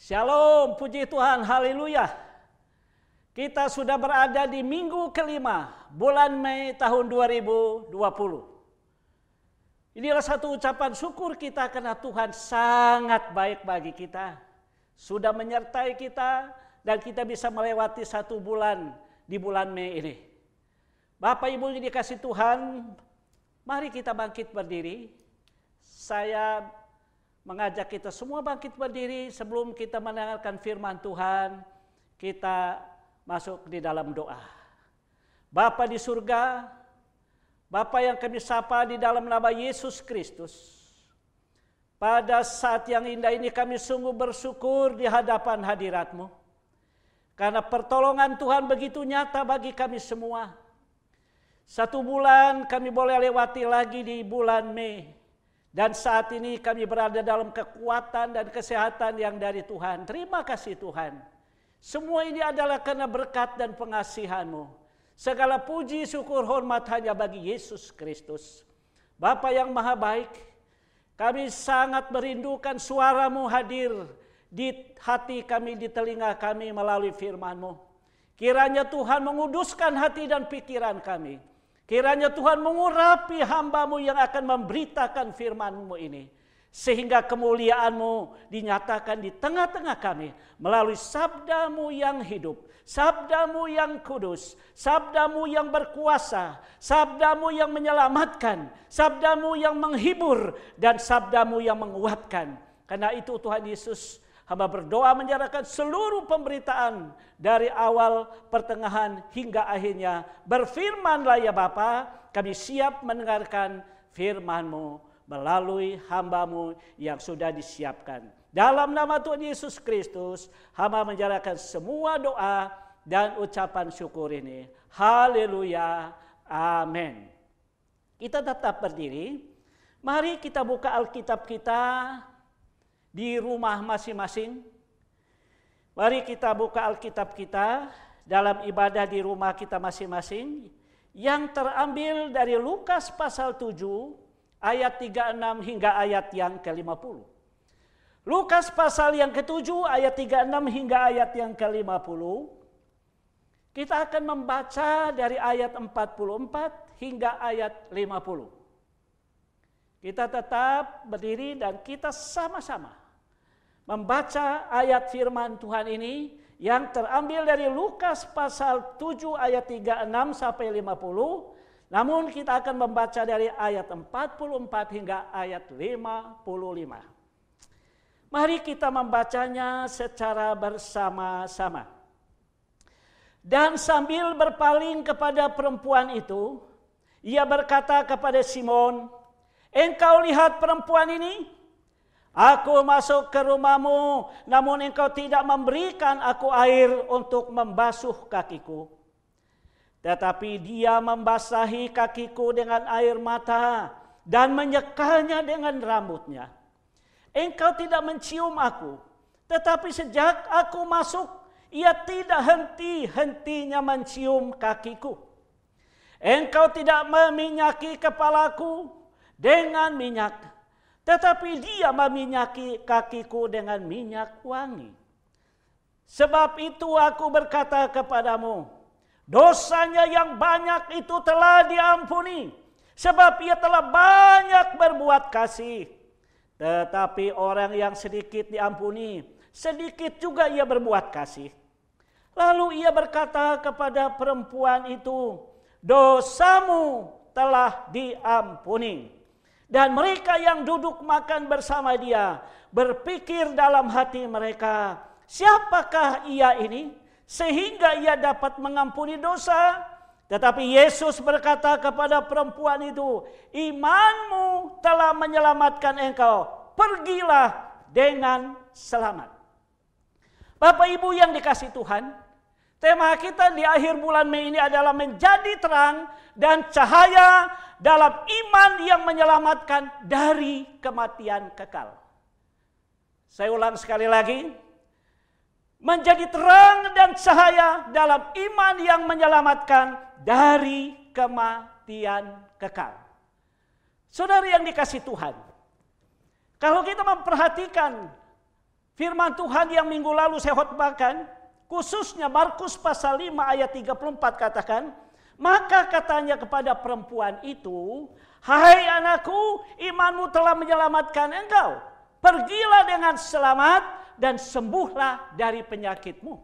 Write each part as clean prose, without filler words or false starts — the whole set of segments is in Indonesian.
Shalom, puji Tuhan, haleluya. Kita sudah berada di minggu kelima, bulan Mei tahun 2020. Inilah satu ucapan syukur kita karena Tuhan sangat baik bagi kita. Sudah menyertai kita dan kita bisa melewati satu bulan di bulan Mei ini. Bapak Ibu yang dikasih Tuhan, mari kita bangkit berdiri. Saya mengajak kita semua bangkit berdiri sebelum kita mendengarkan firman Tuhan. Kita masuk di dalam doa. Bapa di surga, Bapa yang kami sapa di dalam nama Yesus Kristus. Pada saat yang indah ini kami sungguh bersyukur di hadapan hadirat-Mu. Karena pertolongan Tuhan begitu nyata bagi kami semua. Satu bulan kami boleh lewati lagi di bulan Mei. Dan saat ini kami berada dalam kekuatan dan kesehatan yang dari Tuhan. Terima kasih Tuhan. Semua ini adalah karena berkat dan pengasihan-Mu. Segala puji, syukur, hormat hanya bagi Yesus Kristus. Bapa yang maha baik, kami sangat merindukan suara-Mu hadir di hati kami, di telinga kami melalui firman-Mu. Kiranya Tuhan menguduskan hati dan pikiran kami. Kiranya Tuhan mengurapi hamba-Mu yang akan memberitakan firman-Mu ini. Sehingga kemuliaan-Mu dinyatakan di tengah-tengah kami. Melalui sabda-Mu yang hidup. Sabda-Mu yang kudus. Sabda-Mu yang berkuasa. Sabda-Mu yang menyelamatkan. Sabda-Mu yang menghibur. Dan sabda-Mu yang menguatkan. Karena itu Tuhan Yesus, hamba berdoa menyerahkan seluruh pemberitaan dari awal, pertengahan hingga akhirnya. Berfirmanlah ya Bapa, kami siap mendengarkan firman-Mu melalui hamba-Mu yang sudah disiapkan. Dalam nama Tuhan Yesus Kristus, hamba menyerahkan semua doa dan ucapan syukur ini. Haleluya, amin. Kita tetap berdiri. Mari kita buka Alkitab kita di rumah masing-masing. Mari kita buka Alkitab kita dalam ibadah di rumah kita masing-masing. Yang terambil dari Lukas pasal 7 ayat 36 hingga ayat yang ke-50. Lukas pasal yang ke-7 ayat 36 hingga ayat yang ke-50. Kita akan membaca dari ayat 44 hingga ayat 50. Kita tetap berdiri dan kita sama-sama membaca ayat firman Tuhan ini yang terambil dari Lukas pasal 7 ayat 36 sampai 50. Namun kita akan membaca dari ayat 44 hingga ayat 55. Mari kita membacanya secara bersama-sama. Dan sambil berpaling kepada perempuan itu, ia berkata kepada Simon, "Engkau lihat perempuan ini? Aku masuk ke rumahmu, namun engkau tidak memberikan aku air untuk membasuh kakiku. Tetapi dia membasahi kakiku dengan air mata dan menyekalnya dengan rambutnya. Engkau tidak mencium aku, tetapi sejak aku masuk, ia tidak henti-hentinya mencium kakiku. Engkau tidak meminyaki kepalaku dengan minyak, tetapi dia meminyaki kakiku dengan minyak wangi. Sebab itu aku berkata kepadamu, dosanya yang banyak itu telah diampuni, sebab ia telah banyak berbuat kasih. Tetapi orang yang sedikit diampuni, sedikit juga ia berbuat kasih." Lalu ia berkata kepada perempuan itu, "Dosamu telah diampuni." Dan mereka yang duduk makan bersama dia berpikir dalam hati mereka, "Siapakah ia ini sehingga ia dapat mengampuni dosa?" Tetapi Yesus berkata kepada perempuan itu, "Imanmu telah menyelamatkan engkau. Pergilah dengan selamat." Bapak Ibu yang dikasih Tuhan, tema kita di akhir bulan Mei ini adalah menjadi terang dan cahaya dalam iman yang menyelamatkan dari kematian kekal. Saya ulang sekali lagi. Menjadi terang dan cahaya dalam iman yang menyelamatkan dari kematian kekal. Saudara yang dikasih Tuhan, kalau kita memperhatikan Firman Tuhan yang minggu lalu saya khotbahkan, khususnya Markus pasal 5 ayat 34 katakan, maka katanya kepada perempuan itu, hai anakku, imanmu telah menyelamatkan engkau. Pergilah dengan selamat dan sembuhlah dari penyakitmu.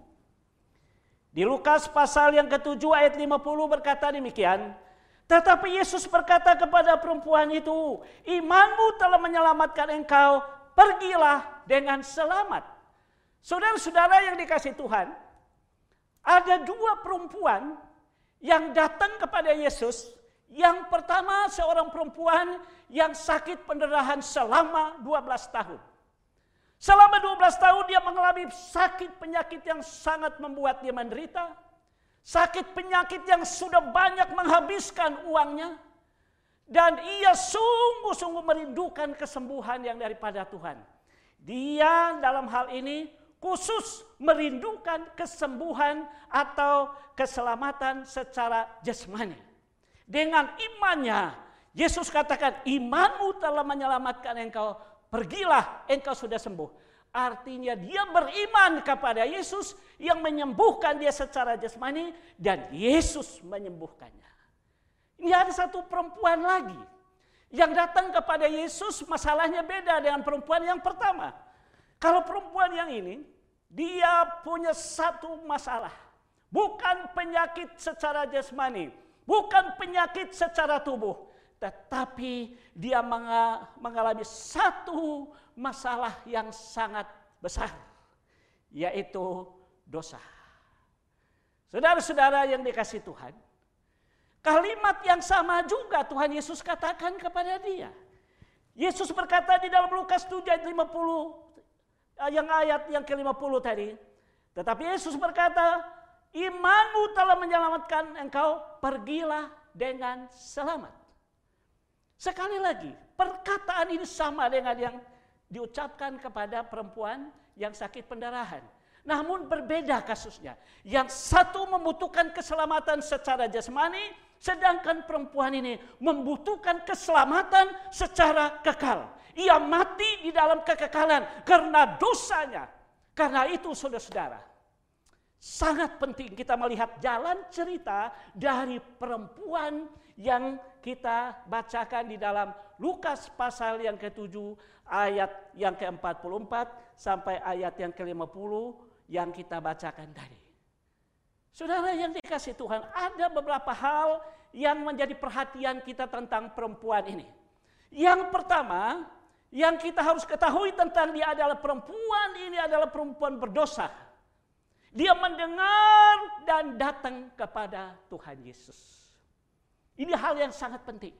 Di Lukas pasal yang ke-7 ayat 50 berkata demikian, tetapi Yesus berkata kepada perempuan itu, imanmu telah menyelamatkan engkau, pergilah dengan selamat. Saudara-saudara yang dikasihi Tuhan, ada dua perempuan yang datang kepada Yesus. Yang pertama seorang perempuan yang sakit pendarahan selama 12 tahun. Selama 12 tahun dia mengalami sakit penyakit yang sangat membuat dia menderita. Sakit penyakit yang sudah banyak menghabiskan uangnya. Dan ia sungguh-sungguh merindukan kesembuhan yang daripada Tuhan. Dia dalam hal ini khusus merindukan kesembuhan atau keselamatan secara jasmani. Dengan imannya, Yesus katakan, imanmu telah menyelamatkan engkau, pergilah, engkau sudah sembuh. Artinya dia beriman kepada Yesus yang menyembuhkan dia secara jasmani dan Yesus menyembuhkannya. Ini ada satu perempuan lagi yang datang kepada Yesus, masalahnya beda dengan perempuan yang pertama. Kalau perempuan yang ini, dia punya satu masalah. Bukan penyakit secara jasmani, bukan penyakit secara tubuh, tetapi dia mengalami satu masalah yang sangat besar, yaitu dosa. Saudara-saudara yang dikasihi Tuhan, kalimat yang sama juga Tuhan Yesus katakan kepada dia. Yesus berkata di dalam Lukas 7 ayat 50, ayat yang ke-50 tadi. Tetapi Yesus berkata, imanmu telah menyelamatkan engkau, pergilah dengan selamat. Sekali lagi, perkataan ini sama dengan yang diucapkan kepada perempuan yang sakit pendarahan. Namun berbeda kasusnya. Yang satu membutuhkan keselamatan secara jasmani, sedangkan perempuan ini membutuhkan keselamatan secara kekal. Ia mati di dalam kekekalan karena dosanya. Karena itu saudara-saudara, sangat penting kita melihat jalan cerita dari perempuan yang kita bacakan di dalam Lukas pasal yang ke-7 ayat yang ke-44 sampai ayat yang ke-50 yang kita bacakan tadi. Saudara yang dikasihi Tuhan, ada beberapa hal yang menjadi perhatian kita tentang perempuan ini. Yang pertama, yang kita harus ketahui tentang dia adalah perempuan ini adalah perempuan berdosa. Dia mendengar dan datang kepada Tuhan Yesus. Ini hal yang sangat penting.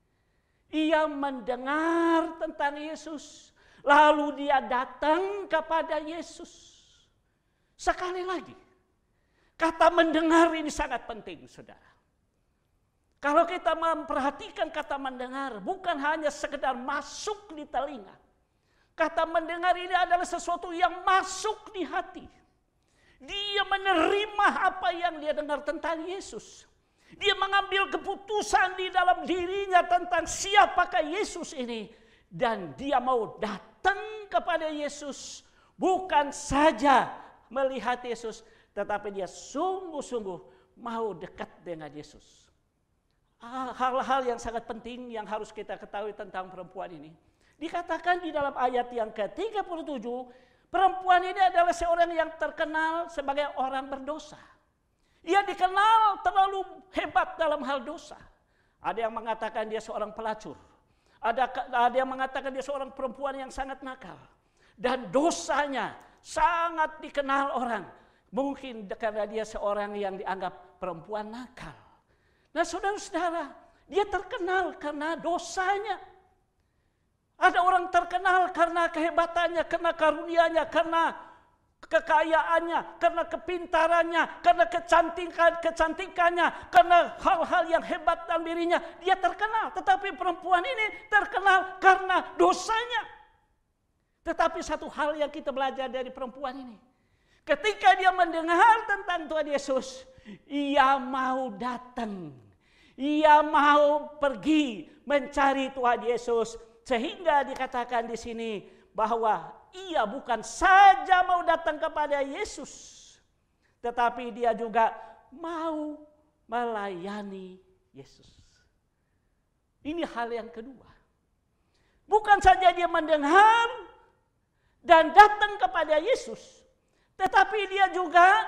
Ia mendengar tentang Yesus, lalu dia datang kepada Yesus. Sekali lagi, kata mendengar ini sangat penting, saudara. Kalau kita memperhatikan kata mendengar, bukan hanya sekedar masuk di telinga. Kata mendengar ini adalah sesuatu yang masuk di hati. Dia menerima apa yang dia dengar tentang Yesus. Dia mengambil keputusan di dalam dirinya tentang siapakah Yesus ini. Dan dia mau datang kepada Yesus. Bukan saja melihat Yesus, tetapi dia sungguh-sungguh mau dekat dengan Yesus. Hal-hal yang sangat penting yang harus kita ketahui tentang perempuan ini. Dikatakan di dalam ayat yang ke-37, perempuan ini adalah seorang yang terkenal sebagai orang berdosa. Ia dikenal terlalu hebat dalam hal dosa. Ada yang mengatakan dia seorang pelacur. Ada yang mengatakan dia seorang perempuan yang sangat nakal. Dan dosanya sangat dikenal orang. Mungkin karena dia seorang yang dianggap perempuan nakal. Nah saudara-saudara, dia terkenal karena dosanya. Ada orang terkenal karena kehebatannya, karena karunia-Nya, karena kekayaannya, karena kepintarannya, karena kecantikannya, karena hal-hal yang hebat dalam dirinya. Dia terkenal, tetapi perempuan ini terkenal karena dosanya. Tetapi satu hal yang kita belajar dari perempuan ini, ketika dia mendengar tentang Tuhan Yesus, ia mau datang, ia mau pergi mencari Tuhan Yesus. Sehingga dikatakan di sini bahwa ia bukan saja mau datang kepada Yesus, tetapi dia juga mau melayani Yesus. Ini hal yang kedua. Bukan saja dia mendengar dan datang kepada Yesus, tetapi dia juga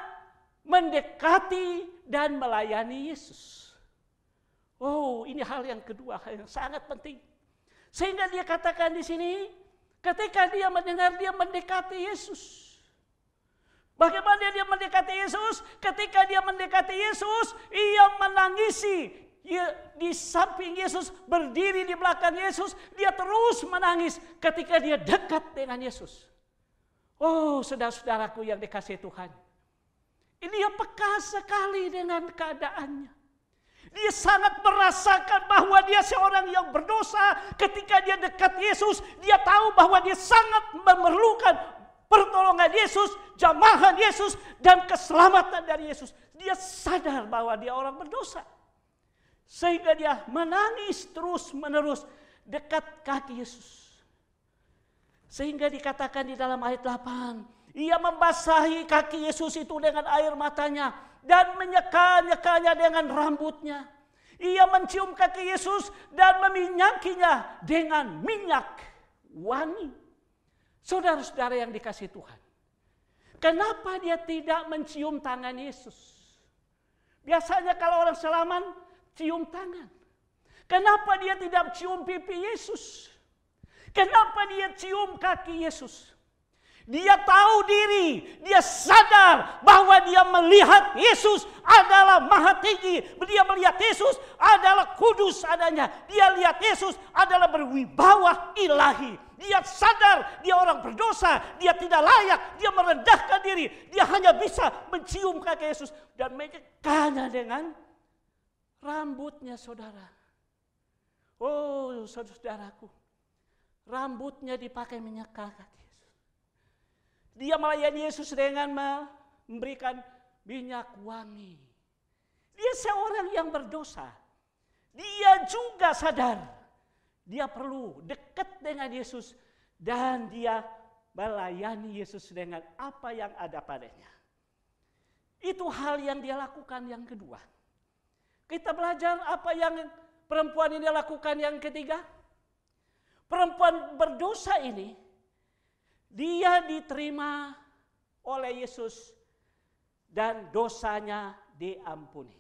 mendekati dan melayani Yesus. Oh, ini hal yang kedua, hal yang sangat penting. Sehingga dia katakan di sini, ketika dia mendengar, dia mendekati Yesus. Bagaimana dia mendekati Yesus? Ketika dia mendekati Yesus, ia menangisi. Di samping Yesus, berdiri di belakang Yesus, dia terus menangis ketika dia dekat dengan Yesus. Oh, saudara-saudaraku yang dikasihi Tuhan. Ini dia peka sekali dengan keadaannya. Dia sangat merasakan bahwa dia seorang yang berdosa. Ketika dia dekat Yesus, dia tahu bahwa dia sangat memerlukan pertolongan Yesus, jamahan Yesus, dan keselamatan dari Yesus. Dia sadar bahwa dia orang berdosa. Sehingga dia menangis terus-menerus dekat kaki Yesus. Sehingga dikatakan di dalam ayat 8, ia membasahi kaki Yesus itu dengan air matanya dan menyeka-nyekanya dengan rambutnya. Ia mencium kaki Yesus dan meminyakinya dengan minyak wangi. Saudara-saudara yang dikasihi Tuhan, kenapa dia tidak mencium tangan Yesus? Biasanya kalau orang salaman cium tangan. Kenapa dia tidak cium pipi Yesus? Kenapa dia cium kaki Yesus? Dia tahu diri, dia sadar bahwa dia melihat Yesus adalah maha tinggi. Dia melihat Yesus adalah kudus adanya. Dia lihat Yesus adalah berwibawa ilahi. Dia sadar dia orang berdosa, dia tidak layak, dia merendahkan diri. Dia hanya bisa mencium kaki Yesus dan menyekanya dengan rambutnya, saudara. Oh, saudaraku, rambutnya dipakai minyak kaki. Dia melayani Yesus dengan memberikan minyak wangi. Dia seorang yang berdosa. Dia juga sadar dia perlu dekat dengan Yesus dan dia melayani Yesus dengan apa yang ada padanya. Itu hal yang dia lakukan yang kedua. Kita belajar apa yang perempuan ini lakukan yang ketiga. Perempuan berdosa ini, dia diterima oleh Yesus dan dosanya diampuni.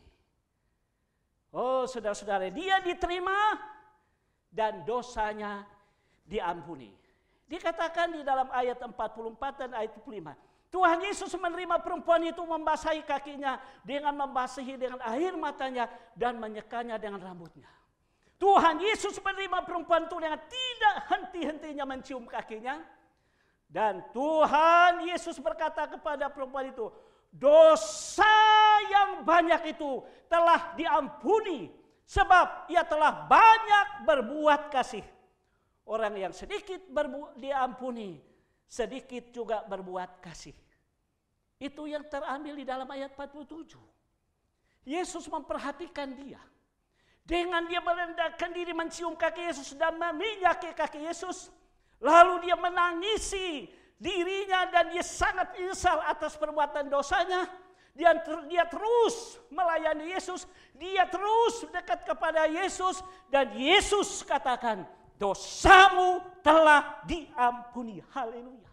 Oh, saudara-saudara, dia diterima dan dosanya diampuni. Dikatakan di dalam ayat 44 dan ayat 45. Tuhan Yesus menerima perempuan itu, membasahi kakinya dengan membasahi dengan air matanya dan menyekanya dengan rambutnya. Tuhan Yesus menerima perempuan itu dengan tidak henti-hentinya mencium kakinya. Dan Tuhan Yesus berkata kepada perempuan itu, dosa yang banyak itu telah diampuni sebab ia telah banyak berbuat kasih. Orang yang sedikit diampuni, sedikit juga berbuat kasih. Itu yang terambil di dalam ayat 47. Yesus memperhatikan dia. Dengan dia merendahkan diri mencium kaki Yesus dan meminyaki kaki Yesus. Lalu dia menangisi dirinya dan dia sangat menyesal atas perbuatan dosanya. Dia terus melayani Yesus. Dia terus dekat kepada Yesus. Dan Yesus katakan, dosamu telah diampuni. Haleluya.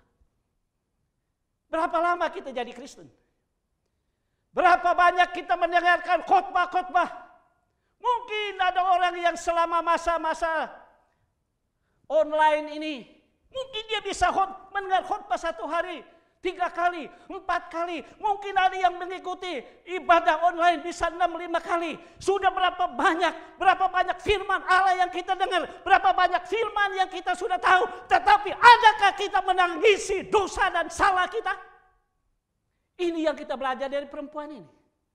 Berapa lama kita jadi Kristen? Berapa banyak kita mendengarkan khotbah-khotbah? Mungkin ada orang yang selama masa-masa online ini, mungkin dia bisa mendengar khotbah 1 hari, 3 kali, 4 kali. Mungkin ada yang mengikuti ibadah online bisa 6-5 kali. Sudah berapa banyak firman Allah yang kita dengar. Berapa banyak firman yang kita sudah tahu. Tetapi adakah kita menangisi dosa dan salah kita? Ini yang kita belajar dari perempuan ini.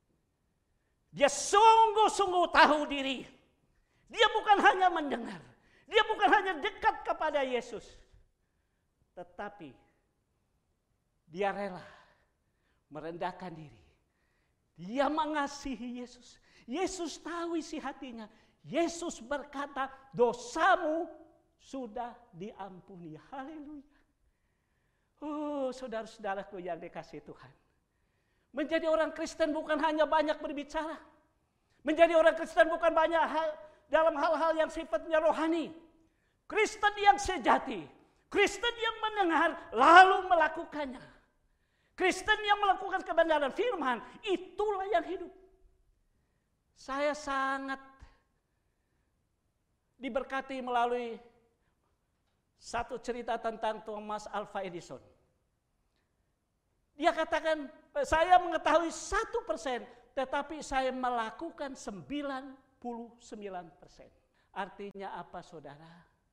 Dia sungguh-sungguh tahu diri. Dia bukan hanya mendengar. Dia bukan hanya dekat kepada Yesus. Tetapi dia rela merendahkan diri. Dia mengasihi Yesus. Yesus tahu isi hatinya. Yesus berkata, dosamu sudah diampuni. Haleluya. Oh, saudara-saudaraku yang dikasihi Tuhan. Menjadi orang Kristen bukan hanya banyak berbicara. Menjadi orang Kristen bukan banyak hal dalam hal-hal yang sifatnya rohani. Kristen yang sejati, Kristen yang mendengar lalu melakukannya. Kristen yang melakukan kebenaran firman, itulah yang hidup. Saya sangat diberkati melalui satu cerita tentang Thomas Alva Edison. Dia katakan, saya mengetahui 1%, tetapi saya melakukan 99%. Artinya apa, saudara?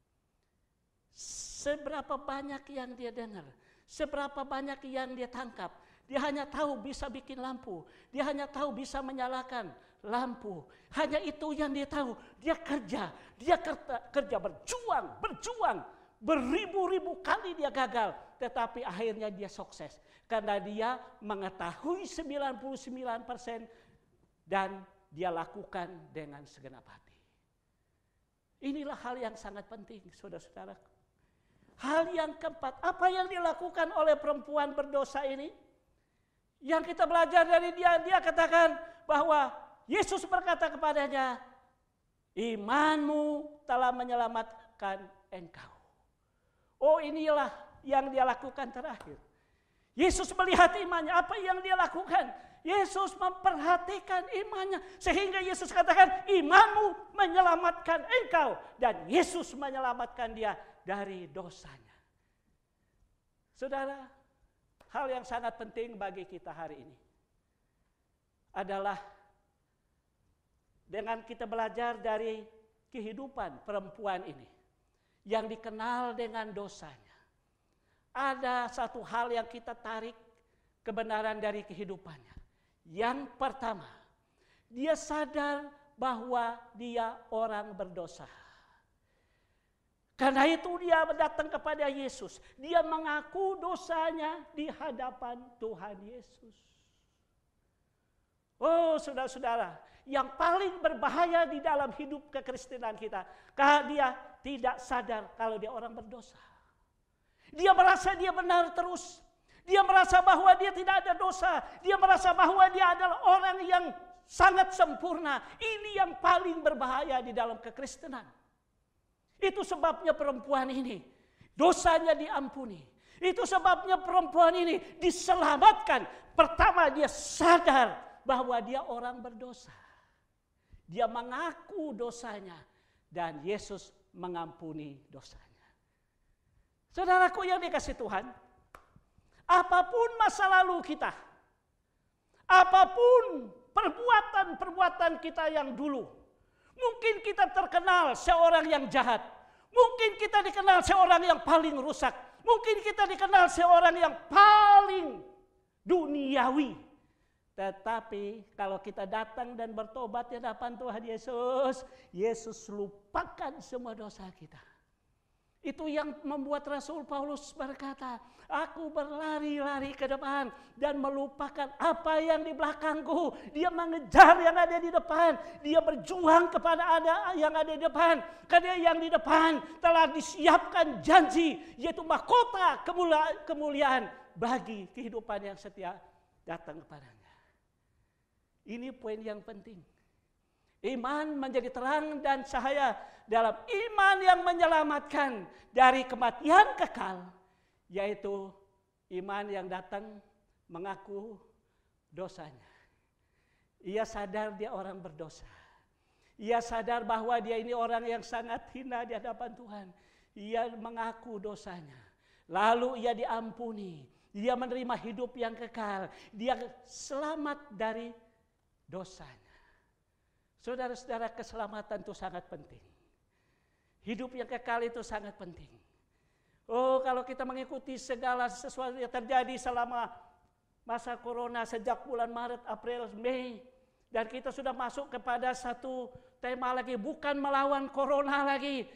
Seberapa banyak yang dia dengar, seberapa banyak yang dia tangkap, dia hanya tahu bisa bikin lampu, dia hanya tahu bisa menyalakan lampu. Hanya itu yang dia tahu. Dia kerja berjuang. Beribu-ribu kali dia gagal, tetapi akhirnya dia sukses. Karena dia mengetahui 99% dan dia lakukan dengan segenap hati. Inilah hal yang sangat penting, saudara-saudara. Hal yang keempat, apa yang dilakukan oleh perempuan berdosa ini? Yang kita belajar dari dia katakan bahwa Yesus berkata kepadanya, imanmu telah menyelamatkan engkau. Oh, inilah yang dia lakukan terakhir. Yesus melihat imannya, apa yang dia lakukan? Yesus memperhatikan imannya. Sehingga Yesus katakan, imanmu menyelamatkan engkau. Dan Yesus menyelamatkan dia dari dosanya. Saudara, hal yang sangat penting bagi kita hari ini adalah dengan kita belajar dari kehidupan perempuan ini yang dikenal dengan dosanya. Ada satu hal yang kita tarik kebenaran dari kehidupannya. Yang pertama, dia sadar bahwa dia orang berdosa. Karena itu dia datang kepada Yesus. Dia mengaku dosanya di hadapan Tuhan Yesus. Oh, saudara-saudara, yang paling berbahaya di dalam hidup kekristenan kita, karena dia tidak sadar kalau dia orang berdosa. Dia merasa dia benar terus. Dia merasa bahwa dia tidak ada dosa. Dia merasa bahwa dia adalah orang yang sangat sempurna. Ini yang paling berbahaya di dalam kekristenan. Itu sebabnya perempuan ini dosanya diampuni. Itu sebabnya perempuan ini diselamatkan. Pertama, dia sadar bahwa dia orang berdosa. Dia mengaku dosanya dan Yesus mengampuni dosanya. Saudaraku yang dikasihi Tuhan, apapun masa lalu kita, apapun perbuatan-perbuatan kita yang dulu, mungkin kita terkenal seorang yang jahat, mungkin kita dikenal seorang yang paling rusak, mungkin kita dikenal seorang yang paling duniawi. Tetapi kalau kita datang dan bertobat di hadapan Tuhan Yesus, Yesus lupakan semua dosa kita. Itu yang membuat Rasul Paulus berkata, aku berlari-lari ke depan dan melupakan apa yang di belakangku. Dia mengejar yang ada di depan. Dia berjuang kepada yang ada di depan. Karena yang di depan telah disiapkan janji, yaitu mahkota kemuliaan bagi kehidupan yang setia datang kepadanya. Ini poin yang penting. Iman menjadi terang dan cahaya dalam iman yang menyelamatkan dari kematian kekal, yaitu iman yang datang mengaku dosanya. Ia sadar dia orang berdosa. Ia sadar bahwa dia ini orang yang sangat hina di hadapan Tuhan. Ia mengaku dosanya. Lalu ia diampuni. Dia menerima hidup yang kekal. Dia selamat dari dosanya. Saudara-saudara, keselamatan itu sangat penting. Hidup yang kekal itu sangat penting. Oh, kalau kita mengikuti segala sesuatu yang terjadi selama masa corona sejak bulan Maret, April, Mei, dan kita sudah masuk kepada satu tema lagi, bukan melawan corona lagi.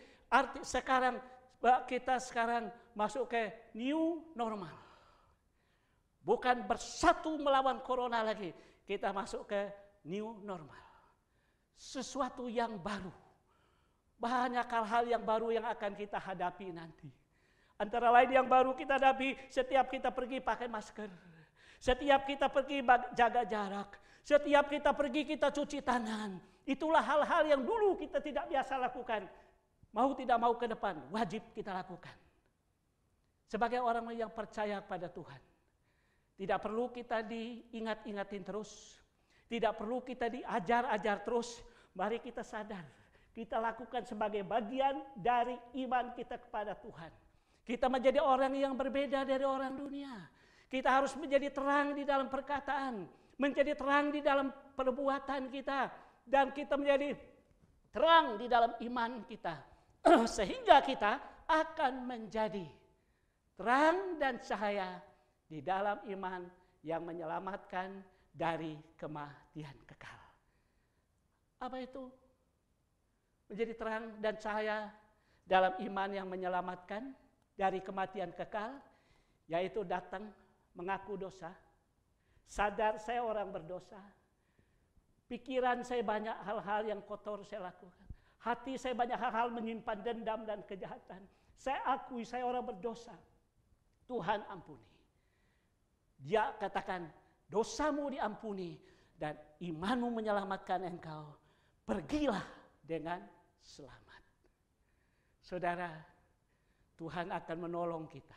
Kita sekarang masuk ke new normal. Bukan bersatu melawan corona lagi, kita masuk ke new normal. Sesuatu yang baru. Banyak hal-hal yang baru yang akan kita hadapi nanti. Antara lain yang baru kita hadapi, setiap kita pergi pakai masker. Setiap kita pergi jaga jarak. Setiap kita pergi kita cuci tangan. Itulah hal-hal yang dulu kita tidak biasa lakukan. Mau tidak mau ke depan, wajib kita lakukan. Sebagai orang yang percaya pada Tuhan. Tidak perlu kita diingat-ingatin terus. Tidak perlu kita diajar-ajar terus. Mari kita sadar. Kita lakukan sebagai bagian dari iman kita kepada Tuhan. Kita menjadi orang yang berbeda dari orang dunia. Kita harus menjadi terang di dalam perkataan. Menjadi terang di dalam perbuatan kita. Dan kita menjadi terang di dalam iman kita. Sehingga kita akan menjadi terang dan cahaya di dalam iman yang menyelamatkan dari kematian kekal. Apa itu? Menjadi terang dan cahaya dalam iman yang menyelamatkan dari kematian kekal, yaitu datang mengaku dosa, sadar saya orang berdosa, pikiran saya banyak hal-hal yang kotor saya lakukan, hati saya banyak hal-hal menyimpan dendam dan kejahatan, saya akui saya orang berdosa, Tuhan ampuni. Dia katakan dosamu diampuni dan imanmu menyelamatkan engkau, pergilah dengan selamat. Saudara, Tuhan akan menolong kita.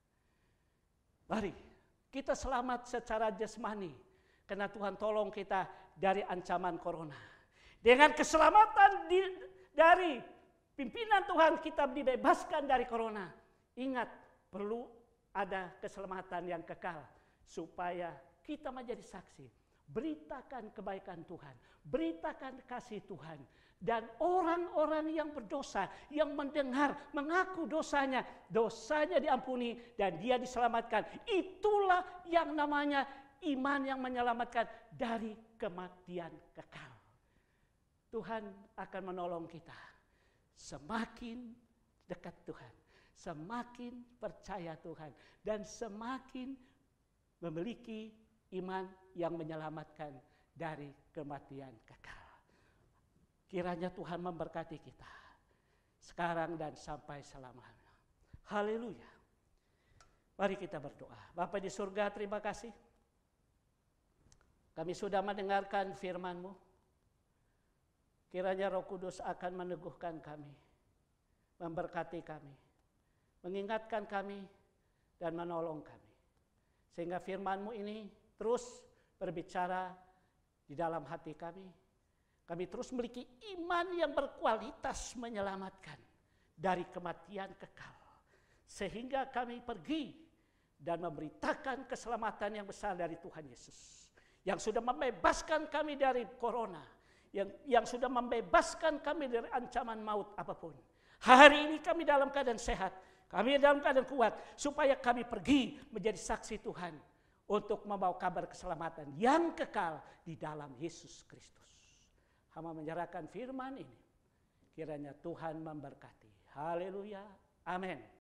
Mari kita selamat secara jasmani karena Tuhan tolong kita dari ancaman corona. Dengan keselamatan dari pimpinan Tuhan kita dibebaskan dari corona. Ingat, perlu ada keselamatan yang kekal supaya kita menjadi saksi. Beritakan kebaikan Tuhan, beritakan kasih Tuhan. Dan orang-orang yang berdosa, yang mendengar, mengaku dosanya diampuni dan dia diselamatkan. Itulah yang namanya iman yang menyelamatkan dari kematian kekal. Tuhan akan menolong kita. Semakin dekat Tuhan, semakin percaya Tuhan, dan semakin memiliki iman yang menyelamatkan dari kematian kekal. Kiranya Tuhan memberkati kita sekarang dan sampai selamanya. Haleluya. Mari kita berdoa. Bapa di surga, terima kasih. Kami sudah mendengarkan firman-Mu. Kiranya Roh Kudus akan meneguhkan kami, memberkati kami, mengingatkan kami, dan menolong kami. Sehingga firman-Mu ini terus berbicara di dalam hati kami. Kami terus memiliki iman yang berkualitas menyelamatkan dari kematian kekal. Sehingga kami pergi dan memberitakan keselamatan yang besar dari Tuhan Yesus. Yang sudah membebaskan kami dari corona. Yang sudah membebaskan kami dari ancaman maut apapun. Hari ini kami dalam keadaan sehat. Kami dalam keadaan kuat. Supaya kami pergi menjadi saksi Tuhan. Untuk membawa kabar keselamatan yang kekal di dalam Yesus Kristus. Hamba menyerahkan firman ini. Kiranya Tuhan memberkati. Haleluya. Amin.